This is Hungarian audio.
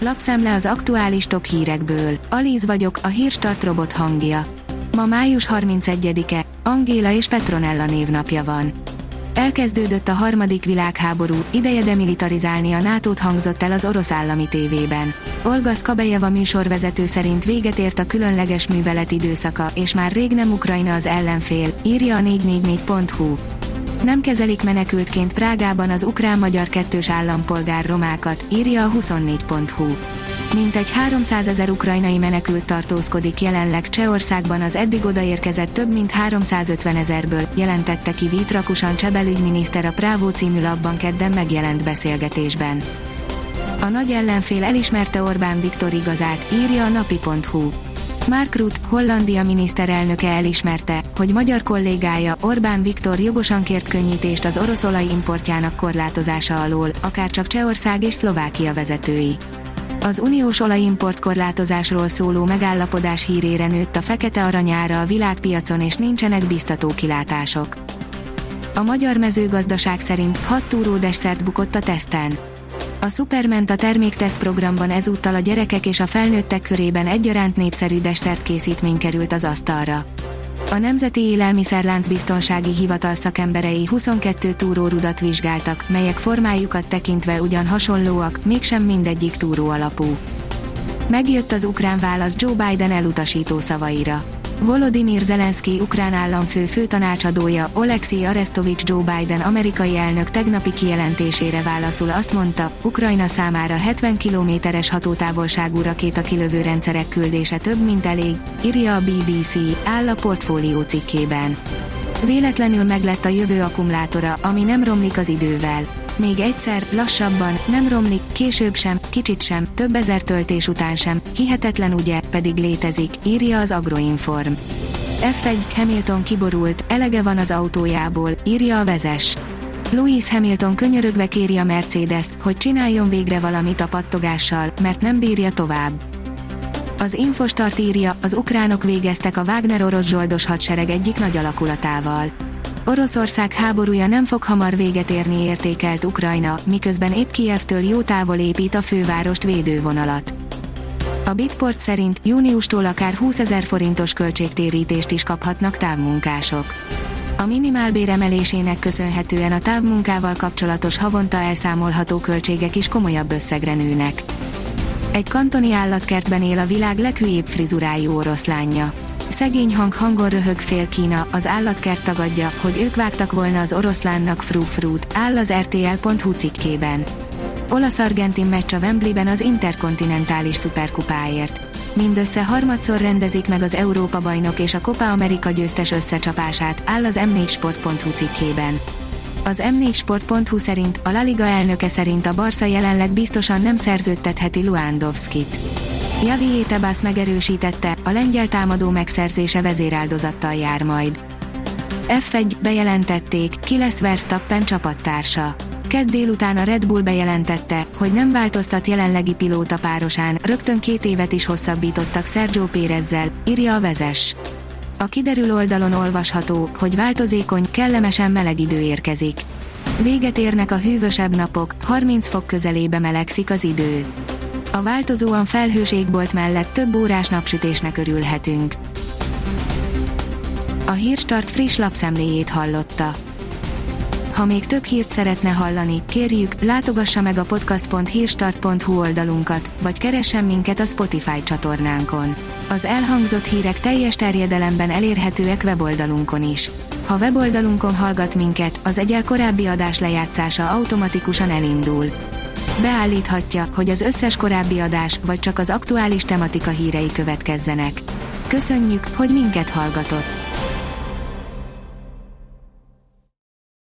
Lapszemle az aktuális top hírekből. Alíz vagyok, a Hírstart robot hangja. Ma május 31-e, Angéla és Petronella névnapja van. Elkezdődött a harmadik világháború, ideje demilitarizálni a NATO-t, hangzott el az orosz állami tévében. Olga Skabejeva műsorvezető szerint véget ért a különleges művelet időszaka, és már rég nem Ukrajna az ellenfél, írja a 444.hu. Nem kezelik menekültként Prágában az ukrán-magyar kettős állampolgár romákat, írja a 24.hu. Mintegy 300 000 ukrajnai menekült tartózkodik jelenleg Csehországban az eddig odaérkezett több mint 350 000-ből, jelentette ki Vít Rakusan belügyminiszter a Bravo című lapban kedden megjelent beszélgetésben. A nagy ellenfél elismerte Orbán Viktor igazát, írja a napi.hu. Mark Rutte, Hollandia miniszterelnöke elismerte, hogy magyar kollégája, Orbán Viktor jogosan kért könnyítést az orosz olaj importjának korlátozása alól, akárcsak Csehország és Szlovákia vezetői. Az uniós olajimport korlátozásról szóló megállapodás hírére nőtt a fekete aranyára a világpiacon, és nincsenek biztató kilátások. A magyar mezőgazdaság szerint 6 túródesszert bukott a teszten. A Superment a terméktesztprogramban ezúttal a gyerekek és a felnőttek körében egyaránt népszerű desszertkészítmény került az asztalra. A Nemzeti Élelmiszerláncbiztonsági Hivatal szakemberei 22 túrórudat vizsgáltak, melyek formájukat tekintve ugyan hasonlóak, mégsem mindegyik túró alapú. Megjött az ukrán válasz Joe Biden elutasító szavaira. Volodymyr Zelenszky ukrán államfő főtanácsadója, Oleksij Arestovics Joe Biden amerikai elnök tegnapi kijelentésére válaszul azt mondta, Ukrajna számára 70 kilométeres hatótávolságú rakétakilövő rendszerek küldése több mint elég, írja a BBC, áll a Portfólió cikkében. Véletlenül meglett a jövő akkumulátora, ami nem romlik az idővel. Még egyszer, lassabban, nem romlik, később sem, kicsit sem, több ezer töltés után sem, hihetetlen ugye, pedig létezik, írja az Agroinform. F1, Hamilton kiborult, elege van az autójából, írja a Vezes. Lewis Hamilton könyörögve kéri a Mercedest, hogy csináljon végre valamit a pattogással, mert nem bírja tovább. Az Infostart írja, az ukránok végeztek a Wagner orosz zsoldos hadsereg egyik nagy alakulatával. Oroszország háborúja nem fog hamar véget érni, értékelt Ukrajna, miközben épp Kijevtől jó távol épít a fővárost védővonalat. A Bitport szerint júniustól akár 20 000 forintos költségtérítést is kaphatnak távmunkások. A minimálbér emelésének köszönhetően a távmunkával kapcsolatos havonta elszámolható költségek is komolyabb összegre nőnek. Egy kantoni állatkertben él a világ leghülyébb frizurájú oroszlánja. Szegény hangon röhög fél Kína, az állatkert tagadja, hogy ők vágtak volna az oroszlánnak frú-frút, áll az RTL.hu cikkében. Olasz-argentin meccs a Wembleyben az interkontinentális szuperkupáért. Mindössze harmadszor rendezik meg az Európa-bajnok és a Copa America győztes összecsapását, áll az m4sport.hu cikkében. Az m4sport.hu szerint a La Liga elnöke szerint a Barca jelenleg biztosan nem szerződtetheti Lewandowskit. Javier Tebas megerősítette, a lengyel támadó megszerzése vezéráldozattal jár majd. F1, bejelentették, ki lesz Verstappen csapattársa. Kedd délután a Red Bull bejelentette, hogy nem változtat jelenlegi pilótapárosán, rögtön 2 évet is hosszabbítottak Sergio Pérezzel, írja a Vezes. A kiderül oldalon olvasható, hogy változékony, kellemesen meleg idő érkezik. Véget érnek a hűvösebb napok, 30 fok közelébe melegszik az idő. A változóan felhős égbolt mellett több órás napsütésnek örülhetünk. A Hírstart friss lapszemléjét hallotta. Ha még több hírt szeretne hallani, kérjük, látogassa meg a podcast.hírstart.hu oldalunkat, vagy keressen minket a Spotify csatornánkon. Az elhangzott hírek teljes terjedelemben elérhetőek weboldalunkon is. Ha weboldalunkon hallgat minket, az egyel korábbi adás lejátszása automatikusan elindul. Beállíthatja, hogy az összes korábbi adás, vagy csak az aktuális tematika hírei következzenek. Köszönjük, hogy minket hallgatott!